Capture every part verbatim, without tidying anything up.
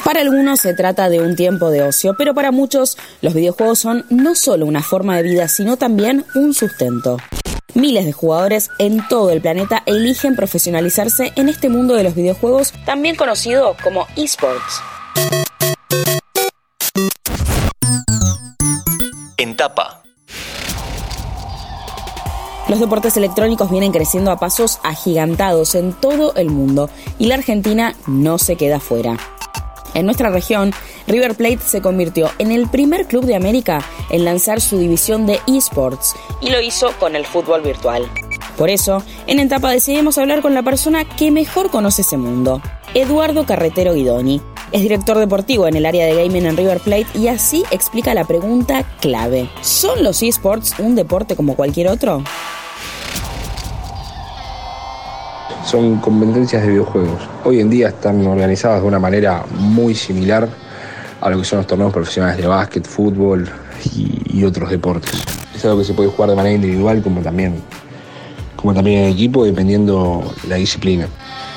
Para algunos se trata de un tiempo de ocio, pero para muchos los videojuegos son no solo una forma de vida, sino también un sustento. Miles de jugadores en todo el planeta eligen profesionalizarse en este mundo de los videojuegos, también conocido como eSports. En tapa. Los deportes electrónicos vienen creciendo a pasos agigantados en todo el mundo y la Argentina no se queda fuera. En nuestra región, River Plate se convirtió en el primer club de América en lanzar su división de eSports y lo hizo con el fútbol virtual. Por eso, en En Tapa decidimos hablar con la persona que mejor conoce ese mundo, Eduardo Carretero Guidoni. Es director deportivo en el área de gaming en River Plate y así explica la pregunta clave. ¿Son los eSports un deporte como cualquier otro? Son competencias de videojuegos. Hoy en día están organizadas de una manera muy similar a lo que son los torneos profesionales de básquet, fútbol y, y otros deportes. Es algo que se puede jugar de manera individual como también, como también en equipo, dependiendo la disciplina.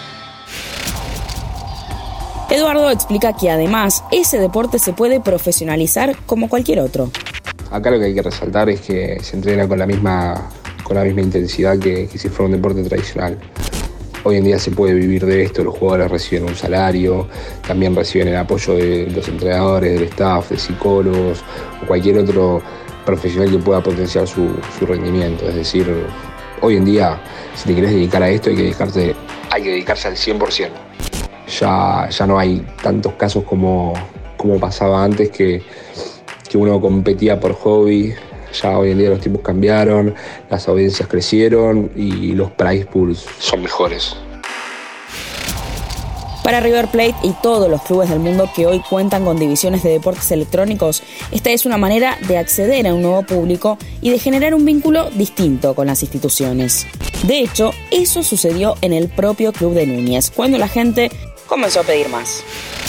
Eduardo explica que además ese deporte se puede profesionalizar como cualquier otro. Acá lo que hay que resaltar es que se entrena con la misma, con la misma intensidad que, que si fuera un deporte tradicional. Hoy en día se puede vivir de esto, los jugadores reciben un salario, también reciben el apoyo de los entrenadores, del staff, de psicólogos o cualquier otro profesional que pueda potenciar su, su rendimiento. Es decir, hoy en día, si te querés dedicar a esto, hay que dedicarse, hay que dedicarse al cien por ciento. Ya, ya no hay tantos casos como, como pasaba antes, que, que uno competía por hobby. Ya hoy en día los tiempos cambiaron, las audiencias crecieron y los prize pools son mejores. Para River Plate y todos los clubes del mundo que hoy cuentan con divisiones de deportes electrónicos, esta es una manera de acceder a un nuevo público y de generar un vínculo distinto con las instituciones. De hecho, eso sucedió en el propio club de Núñez, cuando la gente comenzó a pedir más.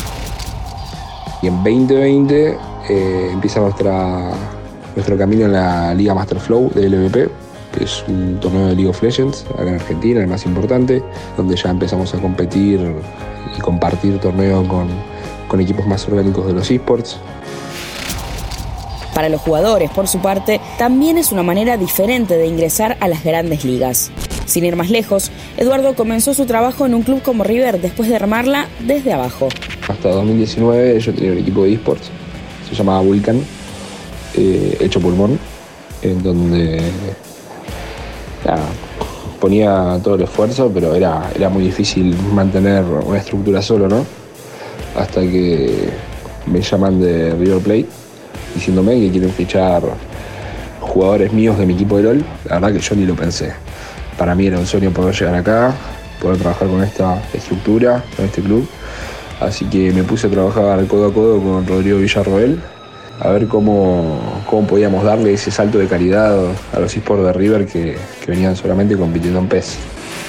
Y en veinte veinte eh, empieza nuestra... Nuestro camino en la Liga Master Flow de L V P, que es un torneo de League of Legends acá en Argentina, el más importante, donde ya empezamos a competir y compartir torneos con, con equipos más orgánicos de los eSports. Para los jugadores, por su parte, también es una manera diferente de ingresar a las grandes ligas. Sin ir más lejos, Eduardo comenzó su trabajo en un club como River después de armarla desde abajo. Hasta dos mil diecinueve yo tenía un equipo de eSports, se llamaba Vulcan. Eh, hecho pulmón, en donde nada, ponía todo el esfuerzo, pero era, era muy difícil mantener una estructura solo, ¿no? Hasta que me llaman de River Plate diciéndome que quieren fichar jugadores míos de mi equipo de LOL. La verdad que yo ni lo pensé. Para mí era un sueño poder llegar acá, poder trabajar con esta estructura, con este club. Así que me puse a trabajar codo a codo con Rodrigo Villarroel, a ver cómo, cómo podíamos darle ese salto de calidad a los eSports de River que, que venían solamente compitiendo en P E S.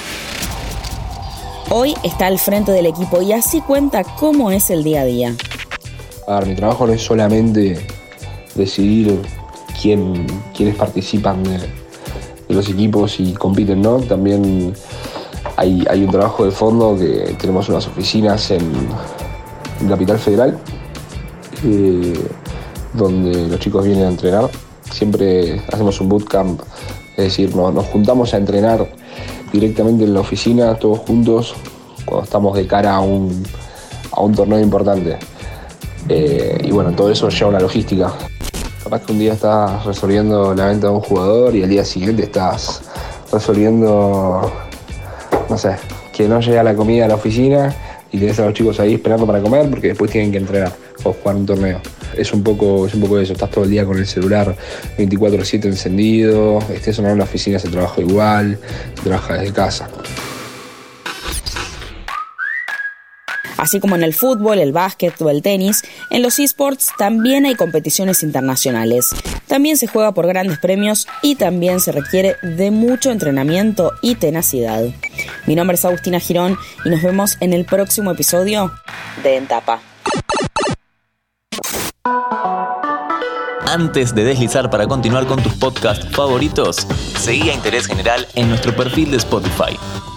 Hoy está al frente del equipo y así cuenta cómo es el día a día. A ver, mi trabajo no es solamente decidir quién, quiénes participan de, de los equipos y compiten, ¿no? También hay, hay un trabajo de fondo que tenemos unas oficinas en, en Capital Federal, eh, donde los chicos vienen a entrenar. Siempre hacemos un bootcamp, es decir, nos, nos juntamos a entrenar directamente en la oficina, todos juntos, cuando estamos de cara a un, a un torneo importante. Eh, y bueno, todo eso lleva una logística. Capaz que un día estás resolviendo la venta de un jugador y al día siguiente estás resolviendo, no sé, que no llega la comida a la oficina y tenés a los chicos ahí esperando para comer porque después tienen que entrenar o jugar un torneo. Es un poco, es un poco eso, estás todo el día con el celular veinticuatro siete encendido, estés o no en la oficina se trabaja igual, se trabaja desde casa. Así como en el fútbol, el básquet o el tenis, en los eSports también hay competiciones internacionales. También se juega por grandes premios y también se requiere de mucho entrenamiento y tenacidad. Mi nombre es Agustina Girón y nos vemos en el próximo episodio de En Tapa. Antes de deslizar para continuar con tus podcasts favoritos, seguí a Interés General en nuestro perfil de Spotify.